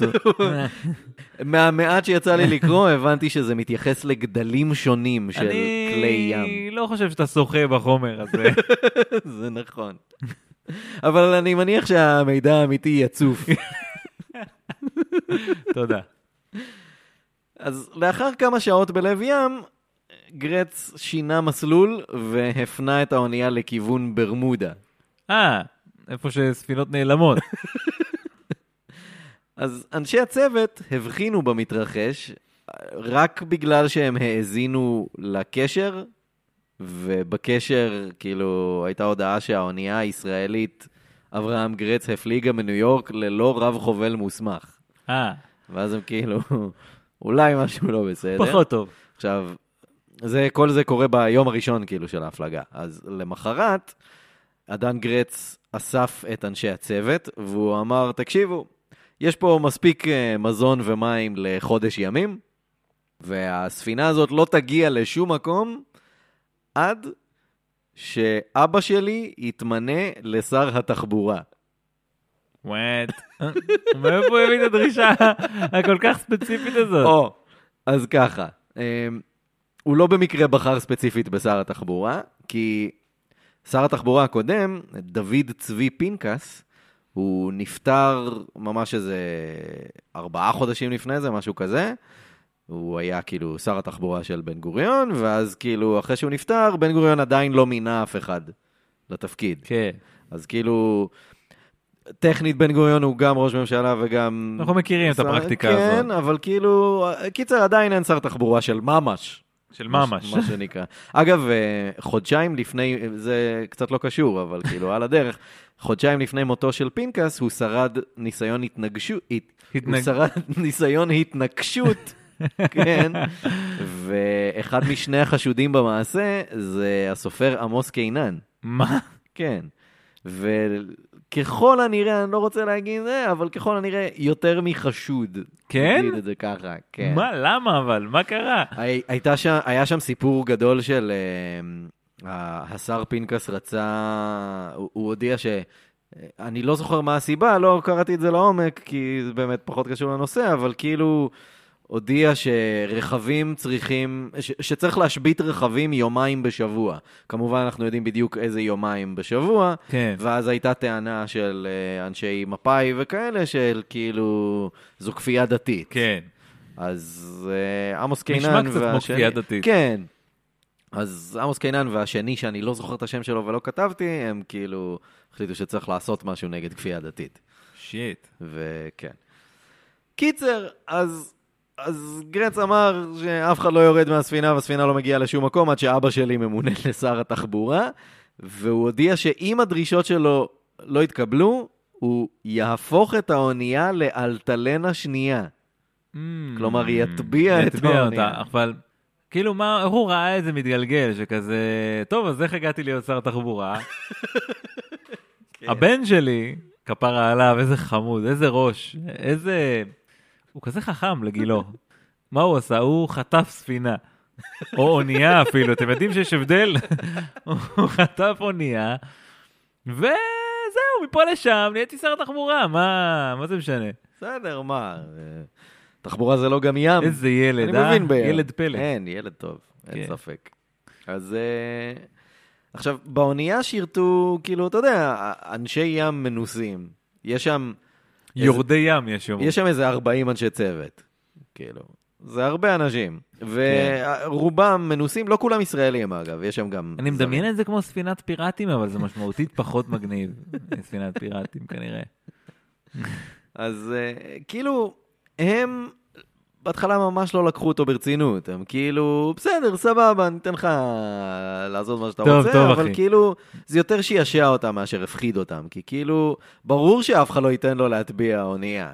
מהמעט שיצא לי לקרוא, הבנתי שזה מתייחס לגדלים שונים של אני... כלי ים. אני לא חושב שאתה שוחה בחומר הזה. זה נכון. אבל אני מניח שהמידע האמיתי יצוף. תודה. אז לאחר כמה שעות בלב ים, גרץ שינה מסלול והפנה את האונייה לכיוון ברמודה. אה, איפה שספינות נעלמות. אז אנשי הצוות הבחינו במתרחש, רק בגלל שהם האזינו לקשר, ובקשר כאילו הייתה הודעה שהאונייה הישראלית אברהם גרץ הפליגה מניו יורק ללא רב חובל מוסמך. אה. ואז הם כאילו... אולי משהו לא בסדר. פחות טוב. עכשיו, זה, כל זה קורה ביום הראשון כאילו של ההפלגה. אז למחרת, אדן גרץ אסף את אנשי הצוות, והוא אמר, תקשיבו, יש פה מספיק מזון ומים לחודש ימים, והספינה הזאת לא תגיע לשום מקום, עד שאבא שלי יתמנה לשר התחבורה. וואט. מאיפה הוא הביא את הדרישה הכל כך ספציפית הזאת? או, אז ככה, הוא לא במקרה בחר ספציפית בשר התחבורה, כי שר התחבורה הקודם, דוד צבי פינקס, הוא נפטר ממש איזה ארבעה חודשים לפני זה, משהו כזה. הוא היה כאילו שר התחבורה של בן גוריון, ואז כאילו אחרי שהוא נפטר, בן גוריון עדיין לא מינה אף אחד לתפקיד. כן. אז כאילו, טכנית בן גוריון הוא גם ראש ממשלה וגם... אנחנו מכירים את הפרקטיקה הזאת. כן, אבל כאילו, קיצר עדיין אין שר תחבורה של ממש. של ממש. מה שנקרא. אגב, חודשיים לפני, זה קצת לא קשור, אבל כאילו על הדרך, חודשיים לפני מותו של פינקס, הוא שרד ניסיון התנגשות, הוא שרד ניסיון התנגשות, כן, ואחד משני החשודים במעשה, זה הסופר עמוס קינן. מה? כן, וככל הנראה, אני לא רוצה להגיד זה, אבל ככל הנראה יותר מחשוד. כן? נגיד את זה ככה, כן. מה, למה אבל? מה קרה? הייתה שם, היה שם סיפור גדול של uh, השר פינקס רצה, הוא, הוא הודיע ש... אני לא זוכר מה הסיבה, לא קראתי את זה לעומק, כי זה באמת פחות קשור לנושא, אבל כאילו הודיע שרכבים צריכים, ש, שצריך להשבית רכבים יומיים בשבוע. כמובן אנחנו יודעים בדיוק איזה יומיים בשבוע, כן. ואז הייתה טענה של אנשי מפאי וכאלה, של כאילו זו כפייה דתית. כן. אז uh, עמוס קינן נשמע קצת והשני... כמו כפייה דתית. כן. אז עמוס קינן והשני, שאני לא זוכר את השם שלו ולא כתבתי, הם כאילו החליטו שצריך לעשות משהו נגד כפייה דתית. שיט. וכן. קיצר, אז, אז גרץ אמר שאף אחד לא יורד מהספינה, והספינה לא מגיעה לשום מקום, עד שאבא שלי ממונה לשר התחבורה, והוא הודיע שאם הדרישות שלו לא יתקבלו, הוא יהפוך את האונייה לאלטלנה שנייה. כלומר, יטביע את האונייה. אבל כאילו, מה, הוא ראה את זה מתגלגל, שכזה, טוב, אז איך הגעתי להיות שר תחבורה? הבן שלי, כפרה עליו, איזה חמוד, איזה ראש, איזה... הוא כזה חכם לגילו. מה הוא עשה? הוא חטף ספינה. או אונייה אפילו, אתם יודעים שיש הבדל? הוא חטף אונייה, וזהו, מפה לשם, נהייתי שר תחבורה, מה, מה זה משנה? בסדר, מה... תחבורה זה לא גם ים. איזה ילד, אני אה? מבין בים. ילד פלא. אין, ילד טוב, אין כן. ספק. אז uh, עכשיו, באונייה שירתו, כאילו, אתה יודע, אנשי ים מנוסים. יש שם... יורדי ים יש יום. יש שם איזה ארבעים אנשי צוות. כאילו, זה הרבה אנשים. ורובם מנוסים, לא כולם ישראלים אגב, יש שם גם... אני מדמיין את זה כמו ספינת פיראטים, אבל זה משמעותית פחות מגניב. ספינת פיראטים כנראה. אז uh, כאילו... הם בהתחלה ממש לא לקחו אותו ברצינות, הם כאילו, בסדר, סבבה, ניתן לך לעשות מה שאתה טוב, רוצה, טוב, אבל אחי. כאילו, זה יותר שישע אותם מאשר הפחיד אותם, כי כאילו, ברור שאף אחד לא ייתן לו להטביע אונייה.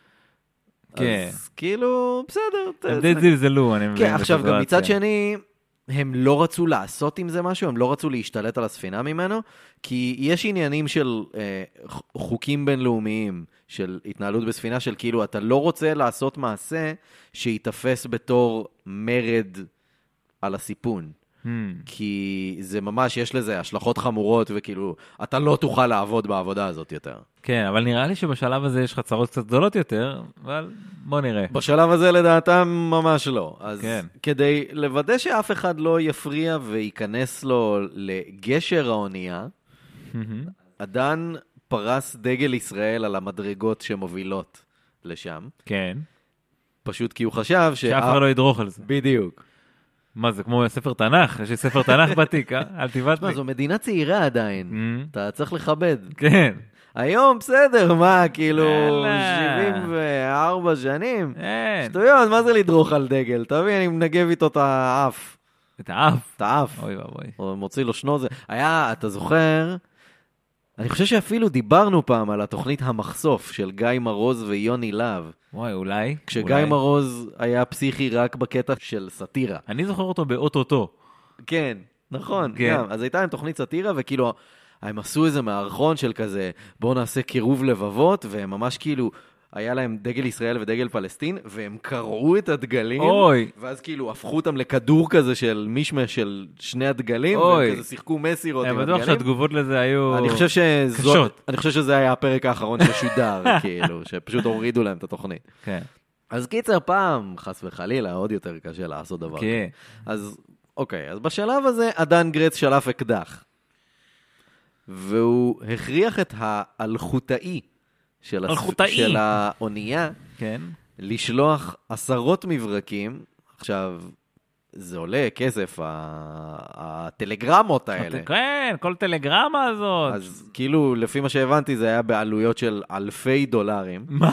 כן. אז כאילו, בסדר. הם די זלזלו, אני מבין. כן, עכשיו גם מצד שני, הם לא רצו לעשות עם זה משהו, הם לא רצו להשתלט על הספינה ממנו, כי יש עניינים של אה, חוקים בינלאומיים, של התנהלות בספינה, של כאילו, אתה לא רוצה לעשות מעשה שיתפס בתור מרד על הסיפון. Hmm. כי זה ממש, יש לזה השלכות חמורות, וכאילו, אתה לא תוכל לעבוד בעבודה הזאת יותר. כן, אבל נראה לי שבשלב הזה יש חצרות קצת גדולות יותר, אבל בוא נראה. בשלב הזה לדעתם ממש לא. אז כן. כדי לוודא שאף אחד לא יפריע וייכנס לו לגשר האונייה, אדן פרס דגל ישראל על המדרגות שמובילות לשם. כן. פשוט כי הוא חשב ש... שאף אחד לא ידרוך על זה. בדיוק. מה, זה כמו ספר תנ"ך? יש לי ספר תנ"ך בתיק, אה? אל תיבט לי. זו מדינה צעירה עדיין. אתה צריך לכבד. כן. היום בסדר, מה, כאילו, שבעים וארבע שנים? אין. שטויות, מה זה לדרוך על דגל? תבין, אני מנגב איתו את האף. את האף? את האף. אוי ואבוי. או מוציא לו שנוזה. היה, אתה זוכר, אני חושב שאפילו דיברנו פעם על התוכנית המחשוף של גיא מרוז ויוני להב. וואי, אולי. כשגיא אולי. מרוז היה פסיכי רק בקטע של סאטירה. אני זוכר אותו באוטוטו. כן, נכון. כן. גם. אז הייתה עם תוכנית סאטירה, וכאילו, הם עשו איזה מערכון של כזה, בואו נעשה קירוב לבבות, והם ממש כאילו היה להם דגל ישראל ודגל פלסטין, והם קרעו את הדגלים, אוי. ואז כאילו הפכו אותם לכדור כזה של מישמש של שני הדגלים, אוי. והם כזה שיחקו מסירות עם אני הדגלים. בטוח שהתגובות לזה היו אני חושב שזו, קשות. אני חושב שזה היה הפרק האחרון ששודר, כאילו, שפשוט הורידו להם את התוכנית. כן. אז קיצר פעם, חס וחלילה, עוד יותר קשה לעשות דבר. כן. אז אוקיי, אז בשלב הזה אדן גרץ שלף אקדח. והוא הכריח את האלחוטאי של, אלחוטאי. הס... של האונייה כן. לשלוח עשרות מברקים. עכשיו, זה עולה כסף, ה... הטלגרמות האלה. כן, כל טלגרמה הזאת. אז כאילו, לפי מה שהבנתי, זה היה בעלויות של אלפי דולרים. מה?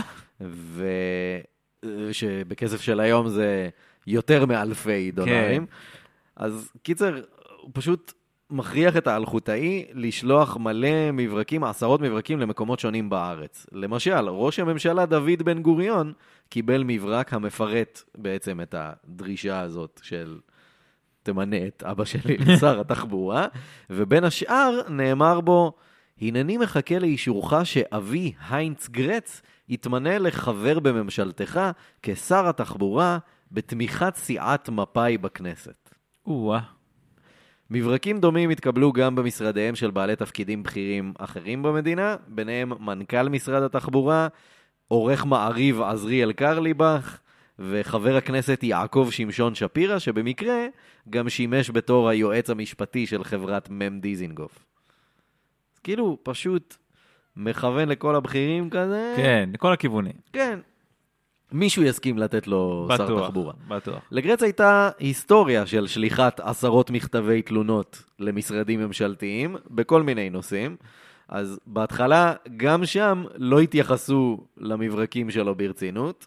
ושבכסף של היום זה יותר מאלפי דולרים. כן. אז קיצר, הוא פשוט מכריח את האלחוטאי לשלוח מלא מברקים, עשרות מברקים למקומות שונים בארץ. למשל, ראש הממשלה דוד בן גוריון קיבל מברק המפרט בעצם את הדרישה הזאת של תמנה את אבא שלי לשר התחבורה, ובין השאר נאמר בו, הנני מחכה לאישורך שאבי היינץ גרץ יתמנה לחבר בממשלתך כשר התחבורה בתמיכת סיעת מפאי בכנסת. וואה. מברקים דומים התקבלו גם במשרדיהם של בעלי תפקידים בכירים אחרים במדינה, ביניהם מנכ"ל משרד התחבורה, עורך מעריב עזריאל קרליבך, וחבר הכנסת יעקב שמשון שפירא, שבמקרה גם שימש בתור היועץ המשפטי של חברת מם דיזינגוף. אז כאילו פשוט מכוון לכל הבכירים כזה. כן, לכל הכיוונים. כן. מישהו יסכים לתת לו בטוח, שר תחבורה. בטוח. לגרץ הייתה היסטוריה של שליחת עשרות מכתבי תלונות למשרדים ממשלתיים בכל מיני נושאים. אז בהתחלה גם שם לא התייחסו למברקים שלו ברצינות.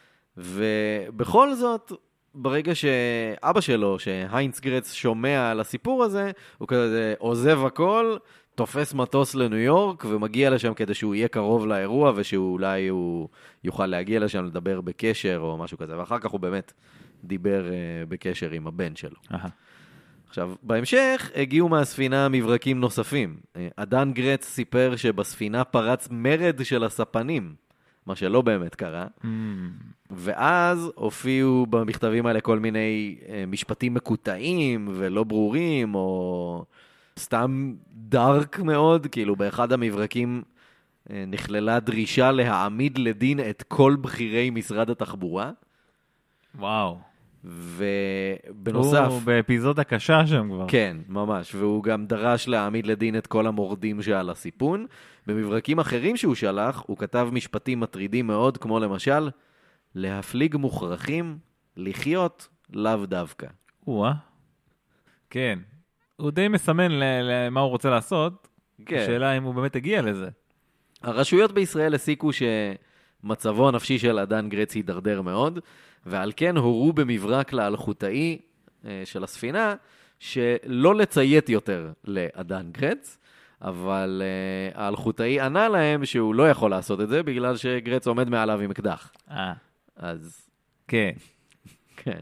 ובכל זאת, ברגע שאבא שלו, שהיינץ גרץ שומע על הסיפור הזה, הוא כזה עוזב הכל, תופס מטוס לניו יורק ומגיע לשם כדי שהוא יהיה קרוב לאירוע ושאולי הוא יוכל להגיע לשם לדבר בקשר או משהו כזה. ואחר כך הוא באמת דיבר uh, בקשר עם הבן שלו. Aha. עכשיו, בהמשך הגיעו מהספינה מברקים נוספים. אדן גרץ סיפר שבספינה פרץ מרד של הספנים, מה שלא באמת קרה. Mm. ואז הופיעו במכתבים האלה כל מיני uh, משפטים מקוטעים ולא ברורים, או סתם דארק מאוד, כאילו באחד המברקים uh, נכללה דרישה להעמיד לדין את כל בכירי משרד התחבורה. וואו. ובנוסף... הוא באפיזודה קשה שם כבר. כן, ממש. והוא גם דרש להעמיד לדין את כל המורדים שעל הסיפון. במברקים אחרים שהוא שלח, הוא כתב משפטים מטרידים מאוד, כמו למשל, להפליג מוכרחים, לחיות, לאו דווקא. וואה. כן. הוא די מסמן למה הוא רוצה לעשות. כן. השאלה אם הוא באמת הגיע לזה. הרשויות בישראל הסיקו שמצבו הנפשי של אדן גרץ הידרדר מאוד, ועל כן הורו במברק לאלחוטאי של הספינה, שלא לציית יותר לאדן גרץ, אבל uh, האלחוטאי ענה להם שהוא לא יכול לעשות את זה, בגלל שגרץ עומד מעליו עם אקדח. אה. אז... כן. כן.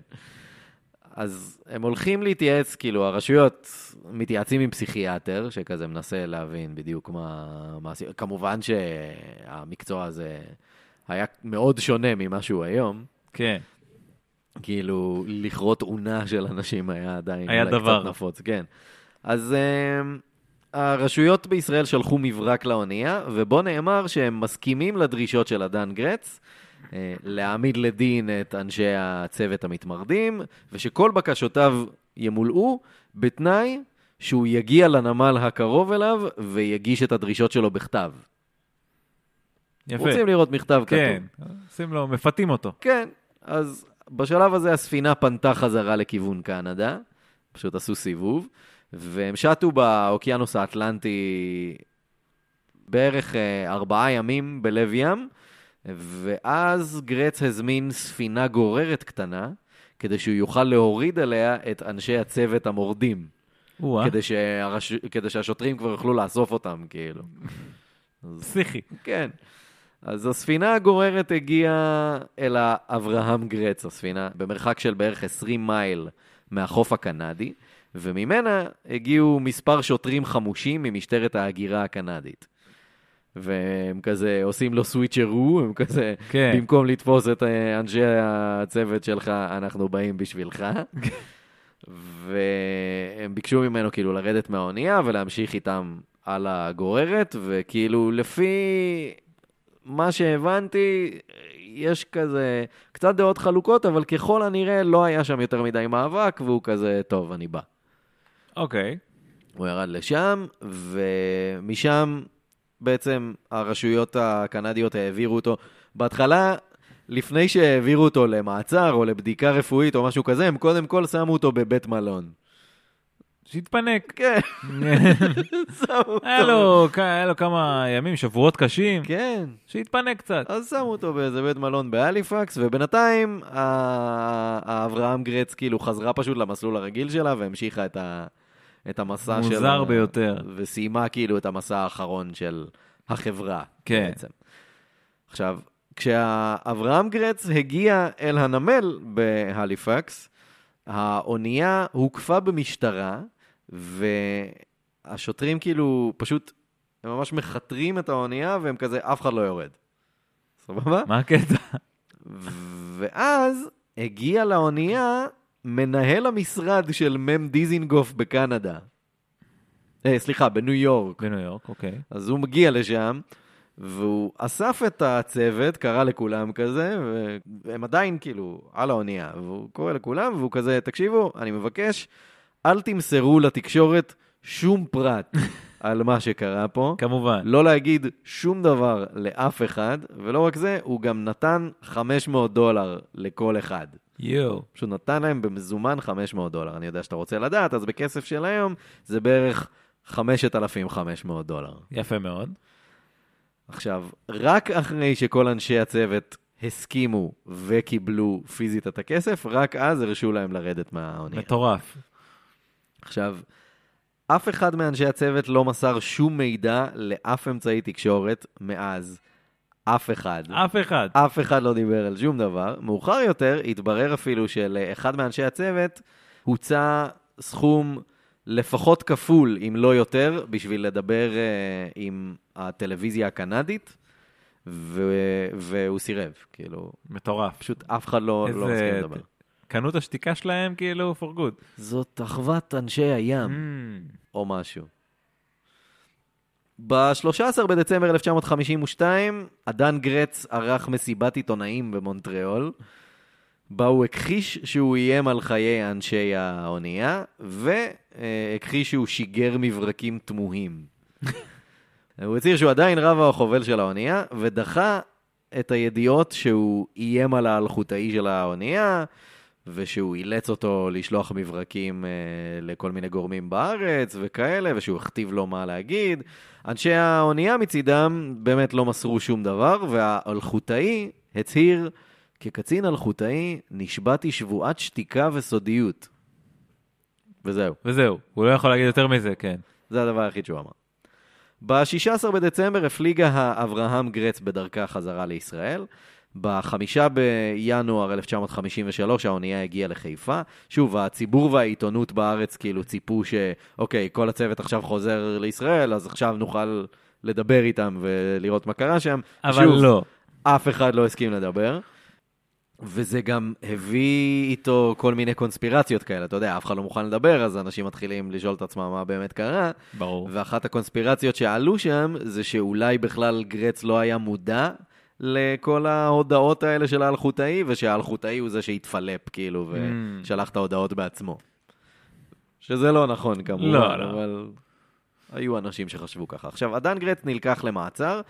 אז הם הולכים להתייעץ, כאילו הרשויות מתייעצים עם פסיכיאטר, שכזה מנסה להבין בדיוק מה... מה... כמובן שהמקצוע הזה היה מאוד שונה ממה שהוא היום. כן. כאילו, לכרות עונה של אנשים היה עדיין... היה דבר. קצת נפוץ, כן. אז uh, הרשויות בישראל שלחו מברק לאונייה, ובו נאמר שהם מסכימים לדרישות של אדן גרץ, uh, להעמיד לדין את אנשי הצוות המתמרדים, ושכל בקשותיו ימולאו, בתנאי שהוא יגיע לנמל הקרוב אליו, ויגיש את הדרישות שלו בכתב. יפה. רוצים לראות מכתב כן. כתוב. כן, עושים לו, מפתים אותו. כן, אז בשלב הזה הספינה פנתה חזרה לכיוון קנדה, פשוט עשו סיבוב, והם שטו באוקיינוס האטלנטי בערך ארבעה ימים בלב ים, ואז גרץ הזמין ספינה גוררת קטנה, כדי שהוא יוכל להוריד עליה את אנשי הצוות המורדים. כדי, שהרש... כדי שהשוטרים כבר יוכלו לאסוף אותם, כאילו. פסיכי. כן. אז הספינה הגוררת הגיעה אל אברהם גרץ, הספינה, במרחק של בערך עשרים מייל מהחוף הקנדי, וממנה הגיעו מספר שוטרים חמושים ממשטרת ההגירה הקנדית. והם כזה עושים לו סוויצ'רו, הם כזה, כן. במקום לתפוס את אנשי הצוות שלך, אנחנו באים בשבילך. והם ביקשו ממנו כאילו לרדת מהאונייה ולהמשיך איתם על הגוררת, וכאילו לפי מה שהבנתי, יש כזה קצת דעות חלוקות, אבל ככל הנראה לא היה שם יותר מדי מאבק, והוא כזה, טוב, אני בא. אוקיי. הוא ירד לשם, ומשם בעצם הרשויות הקנדיות העבירו אותו. בהתחלה, לפני שהעבירו אותו למעצר או לבדיקה רפואית או משהו כזה, הם קודם כל שמו אותו בבית מלון. שהתפנק. כן. שמו אותו. היה לו, היה לו כמה ימים, שבועות קשים. כן. שהתפנק קצת. אז שמו אותו באיזה בית מלון בהליפקס, ובינתיים האברהם גרץ כאילו חזרה פשוט למסלול הרגיל שלה, והמשיכה את ה... את המסע שלה. מוזר ביותר. וסיימה כאילו את המסע האחרון של החברה. כן. בעצם. עכשיו, כשאברהם גרץ הגיע אל הנמל בהליפקס, האונייה הוקפה במשטרה, והשוטרים כאילו פשוט, הם ממש מחתרים את האונייה, והם כזה, אף אחד לא יורד. סבבה? מה הקטע? ואז הגיע לאונייה מנהל המשרד של מם דיזינגוף בקנדה. אה, סליחה, בניו יורק. בניו יורק, אוקיי. אז הוא מגיע לשם, והוא אסף את הצוות, קרא לכולם כזה, והם עדיין כאילו על האונייה, והוא קורא לכולם, והוא כזה, תקשיבו, אני מבקש, אל תמסרו לתקשורת שום פרט על מה שקרה פה. כמובן. לא להגיד שום דבר לאף אחד, ולא רק זה, הוא גם נתן חמש מאות דולר לכל אחד. יו. פשוט נתן להם במזומן חמש מאות דולר. אני יודע שאתה רוצה לדעת, אז בכסף של היום זה בערך חמשת אלפים וחמש מאות דולר. יפה מאוד. עכשיו, רק אחרי שכל אנשי הצוות הסכימו וקיבלו פיזית את הכסף, רק אז הרשו להם לרדת מהאונייה. מטורף. עכשיו, אף אחד מאנשי הצוות לא מסר שום מידע לאף אמצעי תקשורת מאז. אף אחד. אף אחד. אף אחד לא דיבר על שום דבר. מאוחר יותר התברר אפילו שלאחד מאנשי הצוות הוצא סכום לפחות כפול, אם לא יותר, בשביל לדבר uh, עם הטלוויזיה הקנדית, ו- והוא סירב. כאילו, מטורף. פשוט אף אחד לא, איזה... לא מסכים לדבר. קנו את השתיקה שלהם כאילו for good. זאת אחוות אנשי הים, Mm. או משהו. ב-שלושה עשר בדצמבר אלף תשע מאות חמישים ושתיים, אדן גרץ ערך מסיבת עיתונאים במונטריאול, בה הוא הכחיש שהוא איים על חיי אנשי האונייה, והכחיש שהוא שיגר מברקים תמוהים. הוא הצהיר שהוא עדיין רב החובל של האונייה, ודחה את הידיעות שהוא איים על האלחוטאי של האונייה, ושהוא אילץ אותו לשלוח מברקים אה, לכל מיני גורמים בארץ וכאלה, ושהוא הכתיב לו מה להגיד. אנשי האונייה מצידם באמת לא מסרו שום דבר, והאלחוטאי הצהיר, כקצין אלחוטאי נשבעתי שבועת שתיקה וסודיות. וזהו. וזהו, הוא לא יכול להגיד יותר מזה, כן. זה הדבר היחיד שהוא אמר. ב-שישה עשר בדצמבר הפליגה האברהם גרץ בדרכה חזרה לישראל. בחמישה בינואר אלף תשע מאות חמישים ושלוש האונייה הגיעה לחיפה. שוב, הציבור והעיתונות בארץ כאילו ציפו שאוקיי, כל הצוות עכשיו חוזר לישראל, אז עכשיו נוכל לדבר איתם ולראות מה קרה שם. אבל שוב, לא. אף אחד לא הסכים לדבר. וזה גם הביא איתו כל מיני קונספירציות כאלה. אתה יודע, אף אחד לא מוכן לדבר, אז אנשים מתחילים לשאול את עצמם מה באמת קרה. ברור. ואחת הקונספירציות שעלו שם, זה שאולי בכלל גרץ לא היה מודע לכל ההודעות האלה של האלחוטאי, ושהאלחוטאי הוא זה שהתפלפ, כאילו, ושלח את ההודעות בעצמו. שזה לא נכון, כמובן, לא, לא. אבל היו אנשים שחשבו ככה. עכשיו, אדן גרץ נלקח למעצר,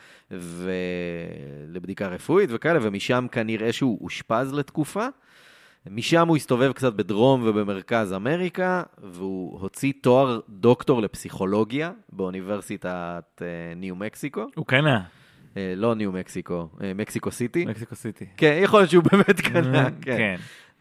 ולבדיקה רפואית וכאלה, ומשם כנראה שהוא אושפז לתקופה. משם הוא הסתובב קצת בדרום ובמרכז אמריקה, והוא הוציא תואר דוקטור לפסיכולוגיה, באוניברסיטת ניו מקסיקו. הוא קנה. לא ניו מקסיקו, מקסיקו סיטי. מקסיקו סיטי. כן, יכול להיות שהוא באמת קנה. כן.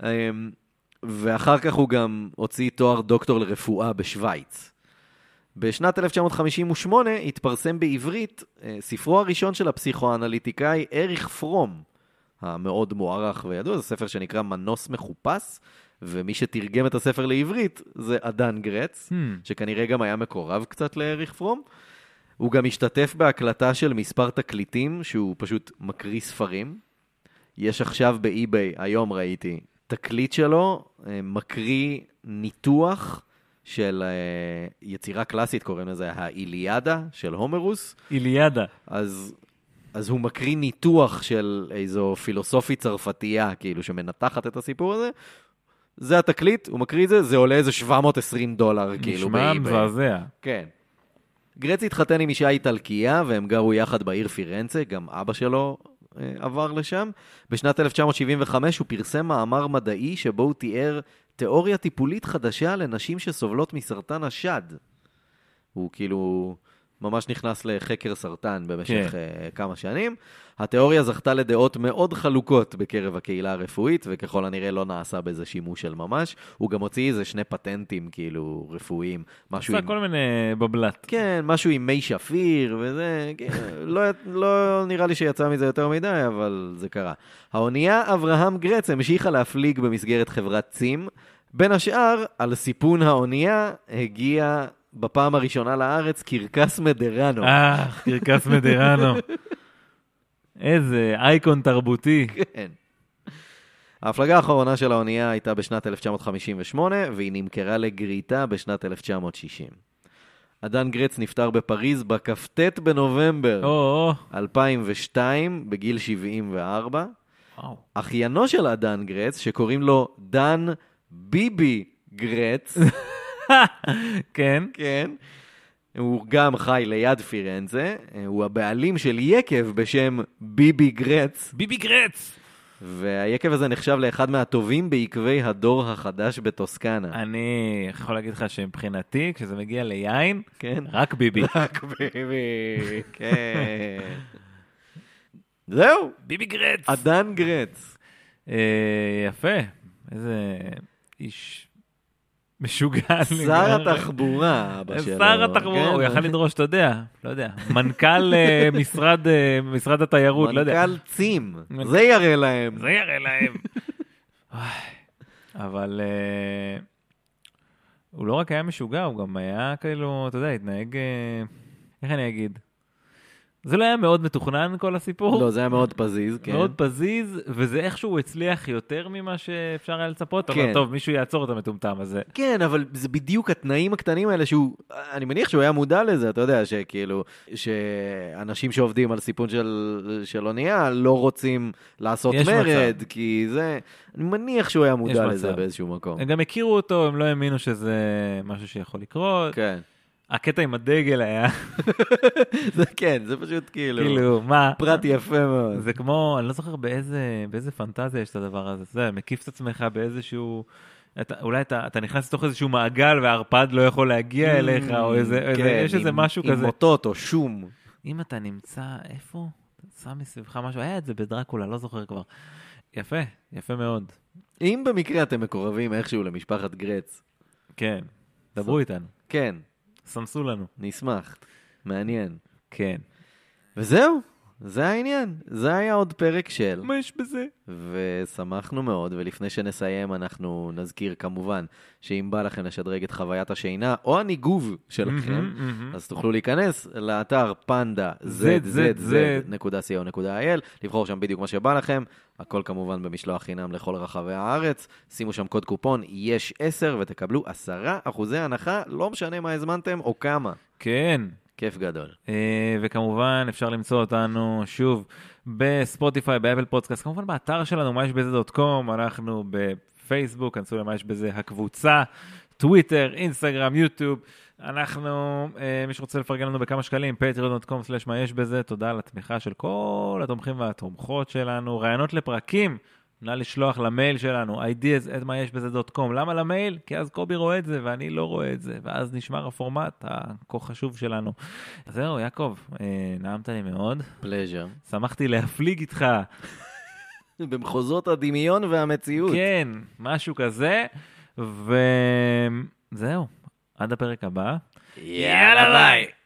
ואחר כך הוא גם הוציא תואר דוקטור לרפואה בשוויץ. בשנת אלף תשע מאות חמישים ושמונה התפרסם בעברית ספרו הראשון של הפסיכואנליטיקאי אריך פרום, המאוד מוערך וידוע, זה ספר שנקרא מנוס מחופש, ומי שתרגם את הספר לעברית זה אדן גרץ, hmm. שכנראה גם היה מקורב קצת לאריך פרום. הוא גם השתתף בהקלטה של מספר תקליטים, שהוא פשוט מקריא ספרים. יש עכשיו באי-ביי, היום ראיתי, תקליט שלו, מקריא ניתוח של יצירה קלאסית, קוראים לזה האיליאדה של הומרוס. איליאדה. אז, אז הוא מקריא ניתוח של איזו פילוסופית צרפתייה, כאילו, שמנתחת את הסיפור הזה. זה התקליט, הוא מקריא את זה, זה עולה איזה שבע מאות ועשרים דולר, כאילו, באי-ביי. נשמע מזעזע. כן. גרץ התחתן עם אישה איטלקיה, והם גרו יחד בעיר פירנצה, גם אבא שלו אה, עבר לשם. בשנת אלף תשע מאות שבעים וחמש הוא פרסם מאמר מדעי, שבו הוא תיאר תיאוריה טיפולית חדשה לנשים שסובלות מסרטן השד. הוא כאילו ממש נכנס לחקר סרטן במשך כן. uh, כמה שנים. התיאוריה זכתה לדעות מאוד חלוקות בקרב הקהילה הרפואית, וככל הנראה לא נעשה בזה שימוש של ממש. הוא גם הוציא איזה שני פטנטים כאילו רפואיים. עשה עם... כל מיני בבלט. כן, משהו עם מי שפיר וזה, כן, לא, לא נראה לי שיצא מזה יותר מדי, אבל זה קרה. האונייה אברהם גרץ המשיכה להפליג במסגרת חברת צים. בין השאר, על סיפון האונייה הגיע בפעם הראשונה לארץ קרקס מדרנו. אה, קרקס מדרנו. איזה אייקון תרבותי. כן. ההפלגה האחרונה של האונייה הייתה בשנת אלף תשע מאות חמישים ושמונה, והיא נמכרה לגריטה בשנת אלף תשע מאות שישים. אדן גרץ נפטר בפריז בכ"ט בנובמבר או, אלפיים ושתיים, בגיל שבעים וארבע. וואו. אחיינו של אדן גרץ, שקוראים לו דן ביבי גרץ, כן. כן, הוא גם חי ליד פירנצה, הוא הבעלים של יקב בשם ביבי גרץ. ביבי גרץ! והיקב הזה נחשב לאחד מהטובים בעקבי הדור החדש בטוסקנה. אני יכול להגיד לך שמבחינתי, כשזה מגיע ליין, כן. רק ביבי. רק ביבי, כן. זהו. ביבי גרץ! אדן גרץ. אה, יפה. איזה איש משוגע. שר התחבורה, אבא שלו. שר התחבורה, הוא יכל לדרוש, אתה יודע, לא יודע, מנכ"ל משרד, משרד התיירות, לא יודע. מנכ"ל צים, זה יראה להם. זה יראה להם. אבל הוא לא רק היה משוגע, הוא גם היה כאילו, אתה יודע, התנהג, איך אני אגיד? זה לא היה מאוד מתוכנן כל הסיפור. לא, זה היה מאוד פזיז, כן. מאוד פזיז, וזה איכשהו הצליח יותר ממה שאפשר היה לצפות. כן. אבל טוב, מישהו יעצור את המטומטם הזה. כן, אבל זה בדיוק התנאים הקטנים האלה שהוא, אני מניח שהוא היה מודע לזה, אתה יודע, שכאילו, שאנשים שעובדים על סיפון של, של אונייה לא רוצים לעשות מרד, מצב. כי זה, אני מניח שהוא היה מודע לזה באיזשהו מקום. הם גם הכירו אותו, הם לא האמינו שזה משהו שיכול לקרות. כן. הקטע עם הדגל היה... זה כן, זה פשוט כאילו... כאילו, מה? פרט יפה מאוד. זה כמו, אני לא זוכר באיזה, באיזה פנטזיה יש את הדבר הזה. זה, מקיף את עצמך באיזשהו... אתה, אולי אתה, אתה נכנס לתוך איזשהו מעגל והערפד לא יכול להגיע אליך, או איזה, כן, איזה, יש איזה עם, משהו עם כזה. עם מוטות או שום. אם אתה נמצא, איפה? שם מסביבך משהו, היה את זה בדרקולה, לא זוכר כבר. יפה, יפה מאוד. אם במקרה אתם מקורבים איכשהו למשפחת גרץ. כן, דברו איתנו. כן. סמסו לנו. נשמח. מעניין. כן. וזהו, זה העניין. זה היה עוד פרק של... מה יש בזה? ושמחנו מאוד, ולפני שנסיים אנחנו נזכיר כמובן שאם בא לכם לשדרג את חוויית השינה או הניגוב שלכם, אז תוכלו להיכנס לאתר פנדה זד זד זד נקודה סי או נקודה איי אל, לבחור שם בדיוק מה שבא לכם, הכל כמובן במשלוח חינם לכל רחבי הארץ, שימו שם קוד קופון יש עשר ותקבלו עשרה אחוזי הנחה, לא משנה מה הזמנתם או כמה. כן. כיף גדול. וכמובן אפשר למצוא אותנו שוב בספוטיפיי, באפל פודקאסט, כמובן באתר שלנו מה יש בזה דוט קום, אנחנו בפייסבוק, כנסו למה יש בזה הקבוצה, טוויטר, אינסטגרם, יוטיוב, אנחנו, מי שרוצה לפרגן לנו בכמה שקלים, פטריון דוט קום סלש מה יש בזה, תודה על התמיכה של כל התומכים והתומכות שלנו, רעיונות לפרקים, נא לשלוח למייל שלנו, ideas at מה יש בזה דוט קום. למה למייל? כי אז קובי רואה את זה ואני לא רואה את זה, ואז נשמר הפורמט הכה חשוב שלנו. אז זהו, יעקב, נעמת לי מאוד. פלז'ר. שמחתי להפליג איתך. במחוזות הדמיון והמציאות. כן, משהו כזה. וזהו, עד הפרק הבא. יאללה ביי.